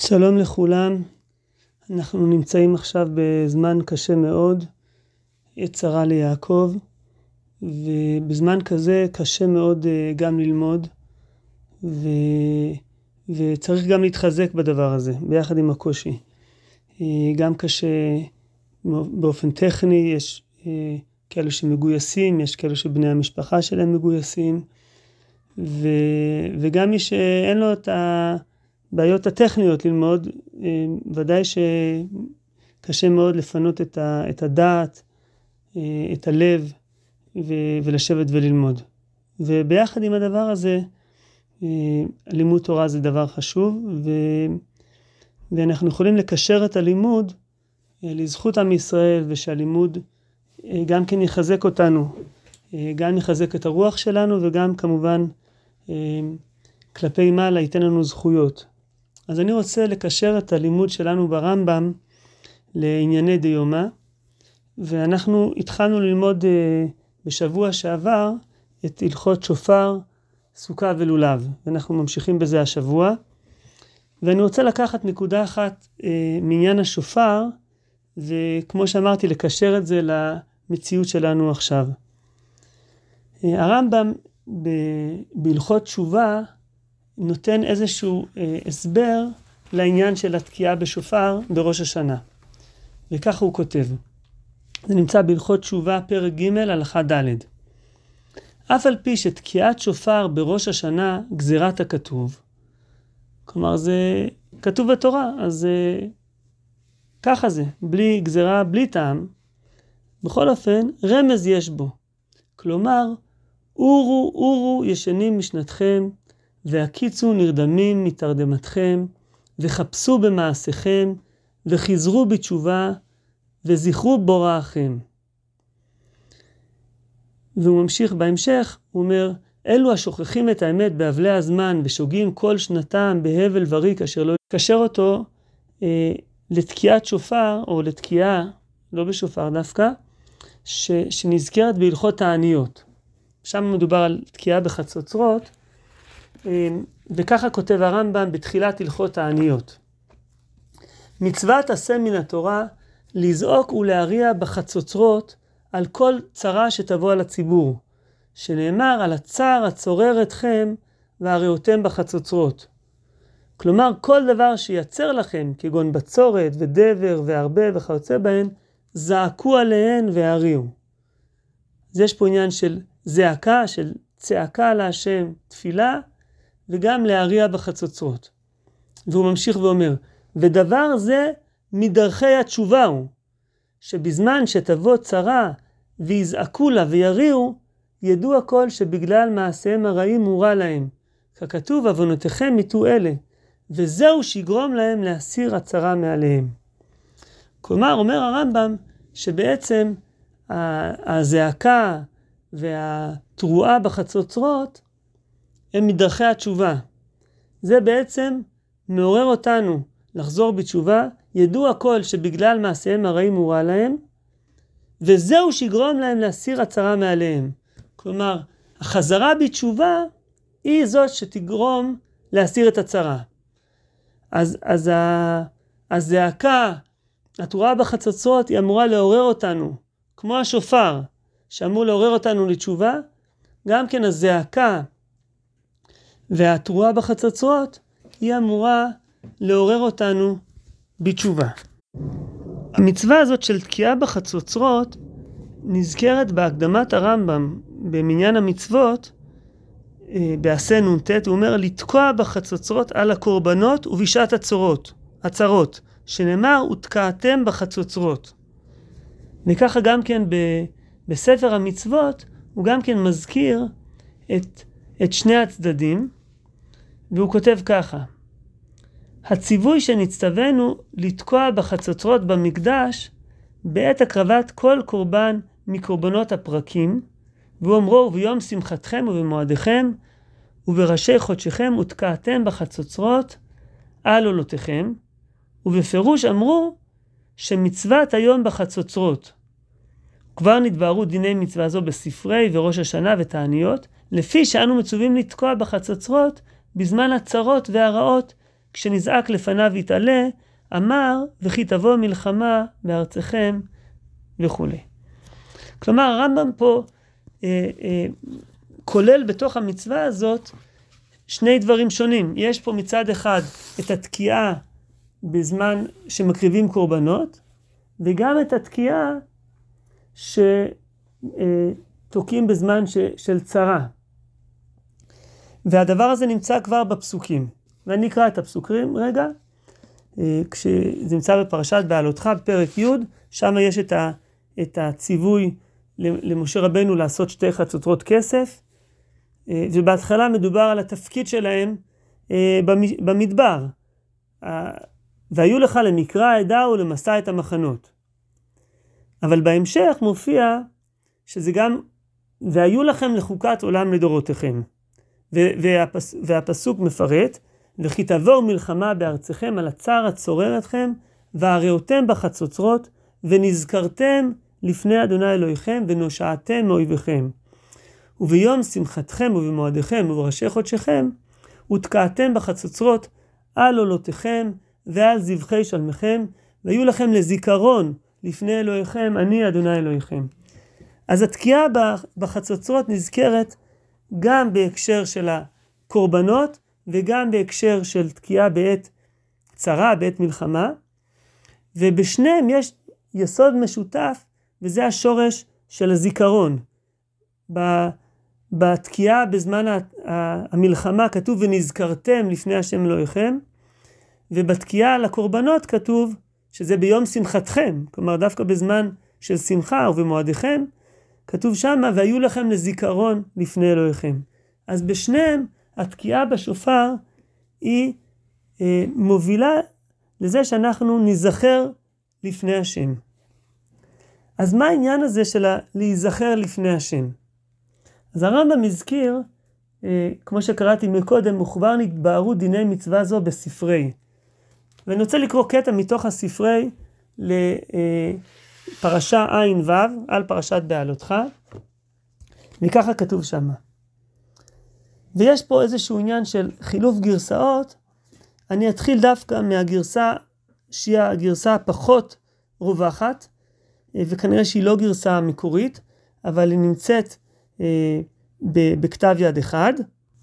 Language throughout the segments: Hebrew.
שלום לכולם, אנחנו נמצאים עכשיו בזמן קשה מאוד, יצרה ליעקב, ובזמן כזה קשה מאוד גם ללמוד, וצריך גם להתחזק בדבר הזה, ביחד עם הקושי. גם קשה באופן טכני, יש כאלו שמגויסים, יש כאלו שבני המשפחה שלהם מגויסים, וגם מי שאין לו את הבעיות הטכניות ללמוד, ודאי שקשה מאוד לפנות את הדעת, את הלב, ולשבת וללמוד. וביחד עם הדבר הזה, לימוד תורה זה דבר חשוב, ואנחנו יכולים לקשר את הלימוד לזכות עם ישראל, ושהלימוד גם כן יחזק אותנו, גם יחזק את הרוח שלנו, וגם כמובן כלפי מעלה ייתן לנו זכויות. אז אני רוצה לקשר את הלימוד שלנו ברמב"ם לענייני דיומא, ואנחנו התחלנו ללמוד בשבוע שעבר את הלכות שופר, סוכה ולולב, ואנחנו ממשיכים בזה השבוע, ואני רוצה לקחת נקודה אחת מעניין השופר, וכמו שאמרתי לקשר את זה למציאות שלנו עכשיו. הרמב"ם בהלכות תשובה נותן איזשהו הסבר לעניין של התקיעה בשופר בראש השנה. וככה הוא כותב. זה נמצא בהלכות תשובה פרק ג' הלכה ד'. אף על פי שתקיעת שופר בראש השנה גזירת הכתוב. כלומר זה כתוב בתורה, אז ככה זה, בלי גזירה, בלי טעם. בכל אופן, רמז יש בו. כלומר, אורו ישנים משנתכם, והקיצו נרדמים מתרדמתכם, וחפשו במעשיכם, וחזרו בתשובה, וזכרו בוראכם. והוא ממשיך בהמשך, הוא אומר, אלו השוכחים את האמת באבלי הזמן, ושוגעים כל שנתם בהבל וריק, אשר לא יקשר אותו לתקיעת שופר, או לתקיעה, לא בשופר דווקא, שנזכרת בהלכות העניות. שם מדובר על תקיעה בחצוצרות, וככה כותב הרמב"ם בתחילת הלכות העניות. מצוות עשה מן התורה לזעוק ולהריע בחצוצרות על כל צרה שתבוא על הציבור, שנאמר על הצער הצורר אתכם והריעותם בחצוצרות. כלומר כל דבר שיצר לכם כגון בצורת ודבר והרבה וכיוצא בהן, זעקו עליהן והריעו. אז יש פה עניין של זעקה, של צעקה להשם, תפילה, וגם להריע בחצוצרות. והוא ממשיך ואומר, ודבר זה מדרכי התשובה הוא, שבזמן שתבוא צרה ויזעקו לה ויריעו, ידעו הכל שבגלל מעשיהם הרעים מורא להם. ככתוב, עוונותיכם מיתו אלה, וזהו שיגרום להם להסיר הצרה מעליהם. כלומר, אומר הרמב"ם, שבעצם הזעקה והתרועה בחצוצרות הם מדרכי התשובה. זה בעצם מעורר אותנו לחזור בתשובה, ידעו הכל שבגלל מעשיהם הרעים מורא להם, וזהו שיגרום להם להסיר הצרה מעליהם. כלומר, החזרה בתשובה היא זאת שתגרום להסיר את הצרה. אז הזעקה, התרועה בחצוצרות היא אמורה לעורר אותנו, כמו השופר שאמור לעורר אותנו לתשובה, גם כן הזעקה והתרועה בחצוצרות היא אמורה לעורר אותנו בתשובה. המצווה הזאת של תקיעה בחצוצרות נזכרת בהקדמת הרמב"ם במניין המצוות, בעשה נ"ט, הוא אומר לתקוע בחצוצרות על הקורבנות ובשעת הצרות, שנאמר ותקעתם בחצוצרות. וככה גם כן בספר המצוות הוא גם כן מזכיר את שני הצדדים, והוא כותב ככה, הציווי שנצטווינו לתקוע בחצוצרות במקדש בעת הקרבת כל קורבן מקורבנות הפרקים, והוא אמרו וביום שמחתכם ובמועדיכם ובראשי חודשיכם ותקעתם בחצוצרות על עולותיכם, ובפירוש אמרו שמצוות היום בחצוצרות. כבר נתבהרו דיני מצווה זו בספרי וראש השנה ותעניות, לפי שאנו מצווים לתקוע בחצוצרות בזמן הצרות והרעות כשנזעק לפניו יתעלה, אמר, וכי תבוא מלחמה בארצכם וכו'. כלומר, הרמב"ם פה כולל בתוך המצווה הזאת שני דברים שונים. יש פה מצד אחד את התקיעה בזמן שמקריבים קורבנות, וגם את התקיעה שתוקעים בזמן של צרה. והדבר הזה נמצא כבר בפסוקים. ואני אקרא את הפסוקים רגע. כשזה נמצא בפרשת בעלותך, בפרק י', שם יש את הציווי למשה רבנו לעשות 2 חצוצרות כסף. ובהתחלה מדובר על התפקיד שלהם במדבר. והיו לך למקרא העדה ולמסע את המחנות. אבל בהמשך מופיע שזה גם, והיו לכם לחוקת עולם לדורותיכם. והפסוק מפרט, וכי תבואו מלחמה בארצכם על הצער הצורר אתכם, והראותם בחצוצרות, ונזכרתם לפני אדוני אלוהיכם, ונושעתם מאויביכם. וביום שמחתכם ובמועדיכם ובראשי חודשיכם, ותקעתם בחצוצרות על עולותיכם ועל זבחי שלמכם, והיו לכם לזיכרון לפני אלוהיכם, אני אדוני אלוהיכם. אז התקיעה בחצוצרות נזכרת גם בהקשר של הקורבנות, וגם בהקשר של תקיעה בעת צרה, בעת מלחמה, ובשניהם יש יסוד משותף, וזה השורש של הזיכרון. בתקיעה בזמן המלחמה כתוב ונזכרתם לפני השם אלוהיכם, ובתקיעה על הקורבנות כתוב שזה ביום שמחתכם, כלומר דווקא בזמן של שמחה ובמועדיכם, כתוב שמה והיו לכם לזיכרון לפני אלוהיכם. אז בשניהם התקיעה בשופר היא מובילה לזה שאנחנו נזכר לפני השם. אז מה העניין הזה של להיזכר לפני השם? אז הרמב"ם מזכיר, כמו שקראתי מקודם, וכבר נתבהרו דיני מצווה זו בספרי. ואני רוצה לקרוא קטע מתוך הספרי לפרשה עין ו' על פרשת בעלותך, וככה כתוב שמה. ויש פה איזשהו עניין של חילוף גרסאות. אני אתחיל דווקא מהגרסה שהיא הגרסה הפחות רווחת, וכנראה שהיא לא גרסה מקורית, אבל היא נמצאת בכתב יד אחד.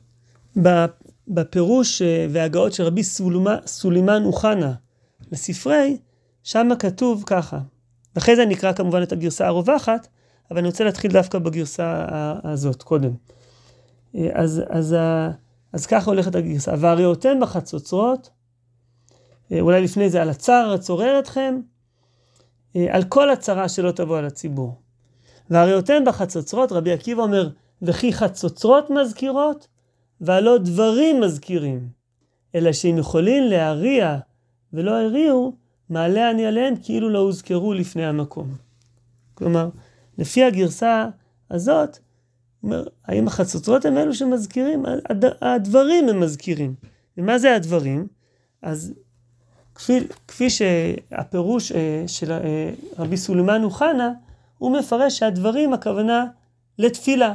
בפירוש והגאות של רבי סולימן אוחנה לספרי, שם כתוב ככה. ואחרי זה נקרא כמובן את הגרסה הרווחת, אבל אני רוצה להתחיל דווקא בגרסה הזאת קודם. אז ככה הולכת הגרסה. והראותם בחצוצרות, אולי לפני זה על הצער הצורר אתכם, על כל הצרה שלא תבוא על הציבור. והראותם בחצוצרות, רבי עקיבא אומר, וכי חצוצרות מזכירות, והלא דברים מזכירים, אלא שהם יכולים להריע ולא הריעו, מעלה אני עליהם כאילו לא הוזכרו לפני המקום. כלומר, לפי הגרסה הזאת, האם החצוצרות הם אלו שמזכירים? הדברים הם מזכירים. ומה זה הדברים? אז כפי שהפירוש של רבי סולימן אוחנה, הוא מפרש שהדברים הכוונה לתפילה.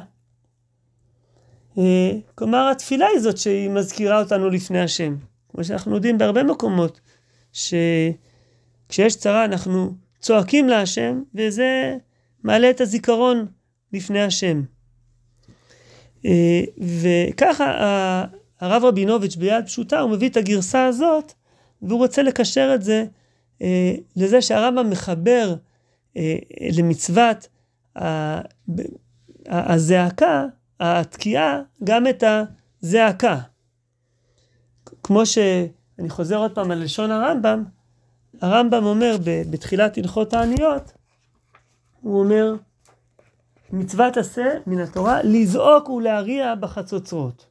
כלומר, התפילה היא זאת שהיא מזכירה אותנו לפני השם. כמו שאנחנו יודעים בהרבה מקומות, שכשיש צרה אנחנו צועקים להשם, וזה מעלה את הזיכרון לפני השם. וככה הרב רבינוביץ' ביד פשוטה, הוא מביא את הגרסה הזאת, והוא רוצה לקשר את זה לזה שהרמב"ם מחבר למצוות הזעקה, התקיעה, גם את הזעקה. כמו שאני חוזר עוד פעם על לשון הרמב"ם, הרמב"ם אומר בתחילת הלכות העניות, הוא אומר, מצוות עשה מן התורה, לזעוק ולהריע בחצוצרות.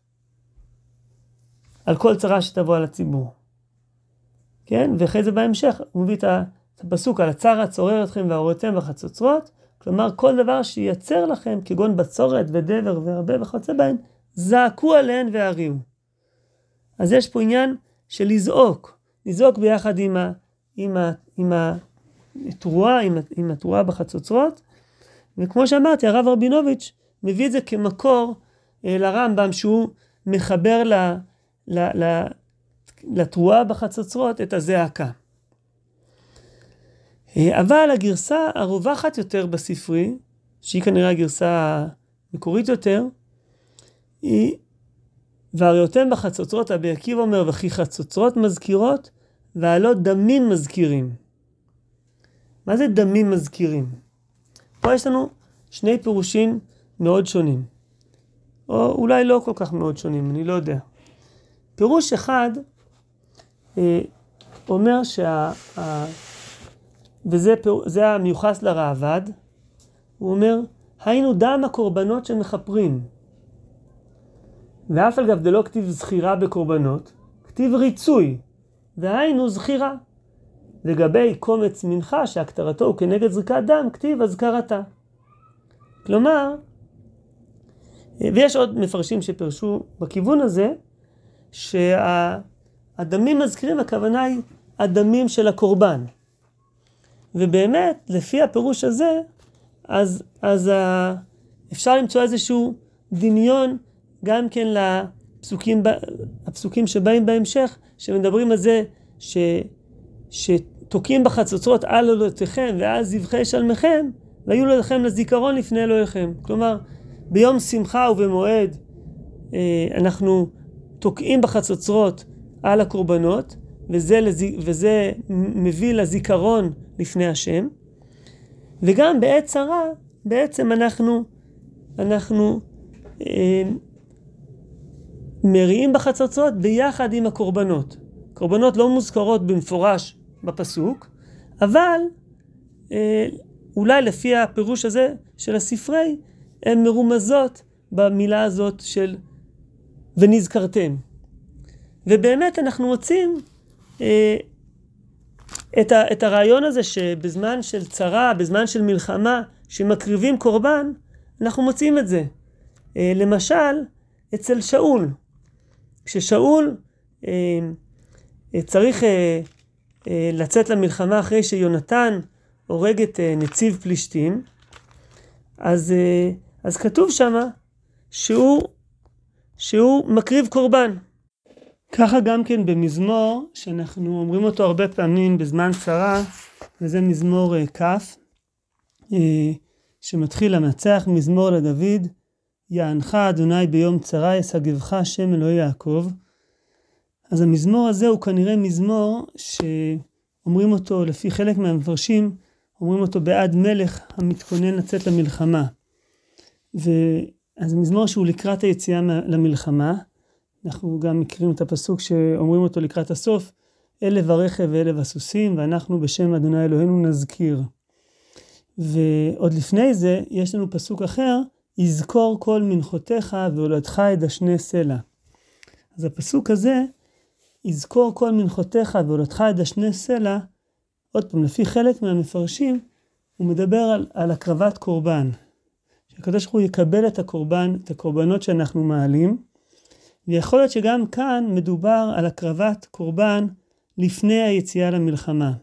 על כל צרה שתבוא על הציבור. כן? ואחרי זה בהמשך, הוא מביא את הפסוק על הצער הצורר אתכם והראותם בחצוצרות, כלומר כל דבר שייצר לכם, כגון בצורת ודבר והרבה וכיוצא בהן, זעקו עליהן והריעו. אז יש פה עניין של לזעוק. לזעוק ביחד עם התרועה בחצוצרות, וכמו שאמרתי, הרב רבינוביץ' מביא את זה כמקור לרמב"ם, שהוא מחבר לתרועה בחצוצרות את הזעקה. אבל הגרסה הרווחת יותר בספרי, שהיא כנראה הגרסה המקורית יותר, היא והראיתם בחצוצרות, רבי עקיבא אומר, וכי חצוצרות מזכירות, והלא דמים מזכירים. מה זה דמים מזכירים? פה יש לנו שני פירושים מאוד שונים. או אולי לא כל כך מאוד שונים, אני לא יודע. פירוש אחד אומר וזה המיוחס לרעב"ד, הוא אומר, היינו דם הקורבנות שמחפרים. ואף על גב דלא כתיב זכירה בקורבנות, כתיב ריצוי, והיינו זכירה. לגבי קומץ מנחה שהכתרתו הוא כנגד זריקת דם, כתיב הזכרתה. כלומר, ויש עוד מפרשים שפרשו בכיוון הזה, שהדמים מזכירים, הכוונה היא הדמים של הקורבן. ובאמת, לפי הפירוש הזה, אז אפשר למצוא איזשהו דמיון גם כן לפסוקים שבאים בהמשך, שמדברים על זה שתוקעים בחצוצרות על אלוהיכם ואז זבחי שלמיכם, והיו לכם לזיכרון לפני אלוהיכם. כלומר, ביום שמחה ובמועד אנחנו תוקעים בחצוצרות על הקורבנות, וזה מביא לזיכרון לפני השם. וגם בעת צרה, בעצם אנחנו מריעים בחצוצרות ביחד עם הקורבנות. קורבנות לא מוזכרות במפורש בפסוק, אבל אולי לפי הפירוש הזה של הספרי, הן מרומזות במילה הזאת של ונזכרתם. ובאמת אנחנו מוצאים את הרעיון הזה שבזמן של צרה, בזמן של מלחמה, שמקריבים קורבן, אנחנו מוצאים את זה. למשל, אצל שאול. כששאול צריך לצאת למלחמה אחרי שיונתן הורג את נציב פלישתים, אז כתוב שמה שהוא מקריב קורבן. ככה גם כן במזמור, שאנחנו אומרים אותו הרבה פעמים בזמן צרה, וזה מזמור כף, שמתחיל המנצח, מזמור לדוד, יענך אדוני ביום צרה, ישגבך שם אלוהי יעקב. אז המזמור הזה הוא כנראה מזמור שאומרים אותו, לפי חלק מהמפרשים, אומרים אותו בעד מלך המתכונן לצאת למלחמה. אז מזמור שהוא לקראת היציאה למלחמה, אנחנו גם מכירים את הפסוק שאומרים אותו לקראת הסוף, אלף הרכב ואלף הסוסים, ואנחנו בשם אדוני אלוהינו נזכיר. ועוד לפני זה יש לנו פסוק אחר, יזכור כל מנחותיך והולדך ידשנה סלע. אז הפסוק הזה, יזכור כל מנחותיך והולדך ידשנה סלע, עוד פעם, לפי חלק מהמפרשים, הוא מדבר על הקרבת קורבן. שהקדוש ברוך הוא יקבל את הקורבנות שאנחנו מעלים, ויכול להיות שגם כאן מדובר על הקרבת קורבן לפני היציאה למלחמה.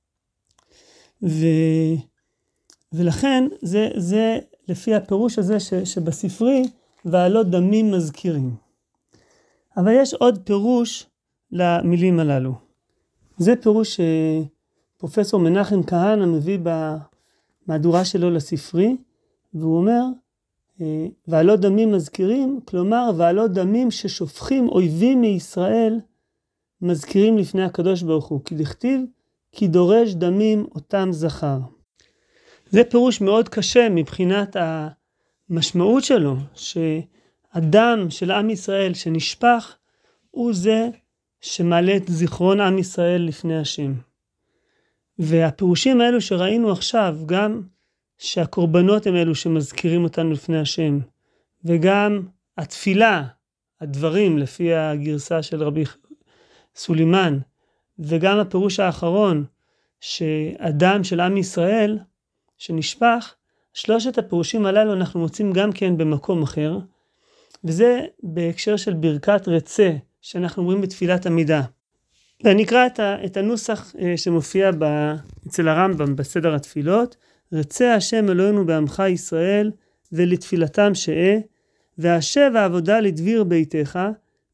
ולכן זה לפי הפירוש הזה שבספרי, והלא דמים מזכירים. אבל יש עוד פירוש למילים הללו. זה פירוש שפרופסור מנחם כהנא מביא במהדורה שלו לספרי, והוא אומר, והלא דמים מזכירים, כלומר, והלא דמים ששופכים אויבים מישראל, מזכירים לפני הקדוש ברוך הוא, כי דכתיב, כי דורש דמים אותם זכר. זה פירוש מאוד קשה מבחינת המשמעות שלו, שהדם של עם ישראל שנשפך, הוא זה שמעלה את זיכרון עם ישראל לפני השם. והפירושים האלו שראינו עכשיו, גם שהקורבנות הם אלו שמזכירים אותנו לפני השם, וגם התפילה, הדברים לפי הגרסה של רבי סולימן, וגם הפירוש האחרון, שהדם של עם ישראל שנשפך, שלושת הפירושים הללו אנחנו מוצאים גם כן במקום אחר, וזה בהקשר של ברכת רצה, שאנחנו אומרים בתפילת עמידה. ואני אקרא את הנוסח שמופיע אצל הרמב"ם בסדר התפילות, רצה השם אלוהינו בעמך ישראל, ולתפילתם שאה, והשב העבודה לדביר ביתך,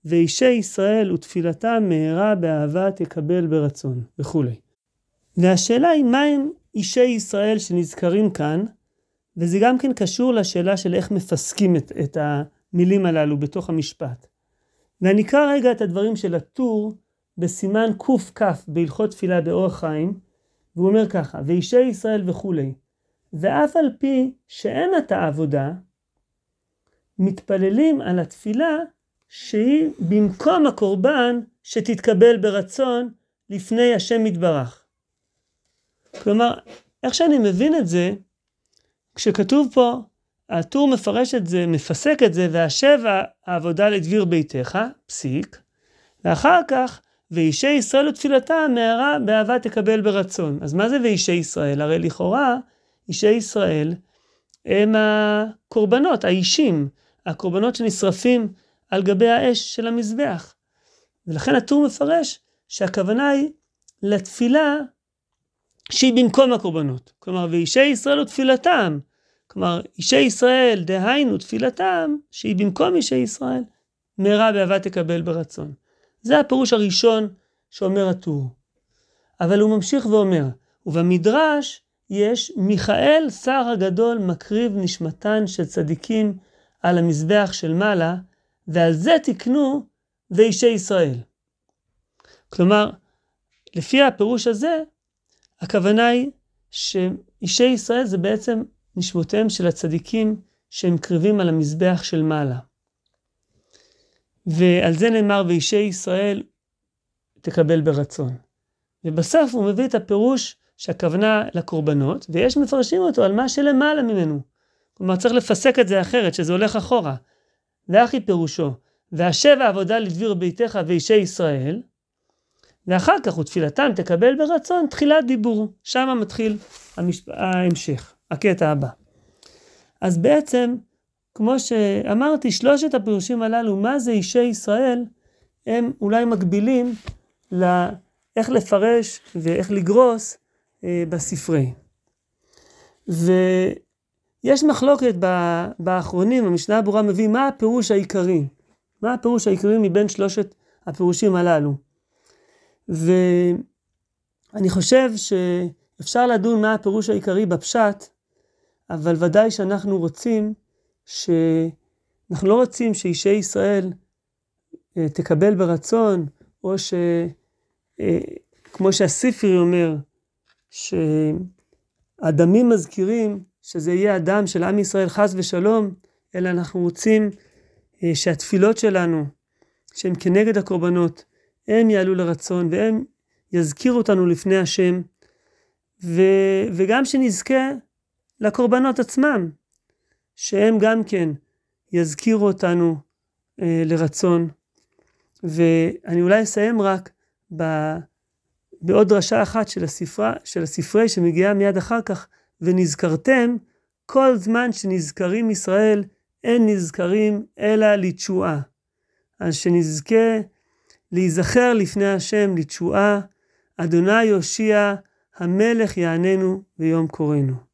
ואישי ישראל ותפילתם מהרה באהבה תקבל ברצון, וכו'. והשאלה היא מה הם אישי ישראל שנזכרים כאן, וזה גם כן קשור לשאלה של איך מפסקים את המילים הללו בתוך המשפט. ואני אקרא רגע את הדברים של הטור בסימן ק"כ בהלכות תפילה באורח חיים, והוא אומר ככה, ואישי ישראל וכו'. ואף על פי שאין עתה עבודה, מתפללים על התפילה שהיא במקום הקורבן שתתקבל ברצון לפני השם יתברך. כלומר, איך שאני מבין את זה, כשכתוב פה, הטור מפרש את זה, מפסק את זה, והשב העבודה לדביר ביתך, פסיק, ואחר כך, ואישי ישראל ותפילתם מהרה באהבה תקבל ברצון. אז מה זה ואישי ישראל? הרי לכאורה, אישי ישראל הם הקורבנות, האישים, הקורבנות שנשרפים על גבי האש של המזבח. ולכן הטור מפרש שהכוונה היא לתפילה שהיא במקום הקורבנות. כלומר, ואישי ישראל ותפילתם, כלומר, אישי ישראל, דהיינו תפילתם, שהיא במקום אישי ישראל, מהרה באהבה תקבל ברצון. זה הפירוש הראשון שאומר הטור. אבל הוא ממשיך ואומר, ובמדרש יש מיכאל שר הגדול מקריב נשמתן של צדיקים על המזבח של מעלה, ועל זה תקנו ואישי ישראל. כלומר, לפי הפירוש הזה, הכוונה היא שאישי ישראל זה בעצם נשמותיהם של הצדיקים שהם קריבים על המזבח של מעלה. ועל זה נאמר ואישי ישראל תקבל ברצון. ובסוף הוא מביא את הפירוש שהכוונה לקורבנות, ויש מפרשים אותו על מה שלמעלה ממנו. כלומר צריך לפסק את זה אחרת, שזה הולך אחורה. ואחי פירושו, והשב העבודה לדביר ביתך ואישי ישראל, ואחר כך ותפילתם תקבל ברצון תחילת דיבור. שם מתחיל ההמשך, הקטע הבא. אז בעצם, כמו שאמרתי, שלושת הפירושים הללו, מה זה אישי ישראל, הם אולי מקבילים לאיך לפרש ואיך לגרוס בספרי. ויש מחלוקת באחרונים, המשנה ברורה מביא מה הפירוש העיקרי. מה הפירוש העיקרי מבין שלושת הפירושים הללו. ואני חושב שאפשר לדון מה הפירוש העיקרי בפשט, אבל ודאי שאנחנו רוצים אנחנו לא רוצים שאישי ישראל תקבל ברצון, או כמו שהספרי אומר, שהדמים מזכירים שזה יהיה הדם של עם ישראל חס ושלום, אלא אנחנו רוצים שהתפילות שלנו, שהן כנגד הקורבנות, הם יעלו לרצון, והם יזכירו אותנו לפני השם, וגם שנזכה לקורבנות עצמם, שהם גם כן יזכירו אותנו לרצון. ואני אולי אסיים רק בעוד דרשה אחת של הספרי שמגיעה מיד אחר כך, ונזכרתם כל זמן שנזכרים ישראל, אין נזכרים אלא לתשועה. אז שנזכה להיזכר לפני השם לתשועה, אדוני יושיע, המלך יעננו ביום קורנו.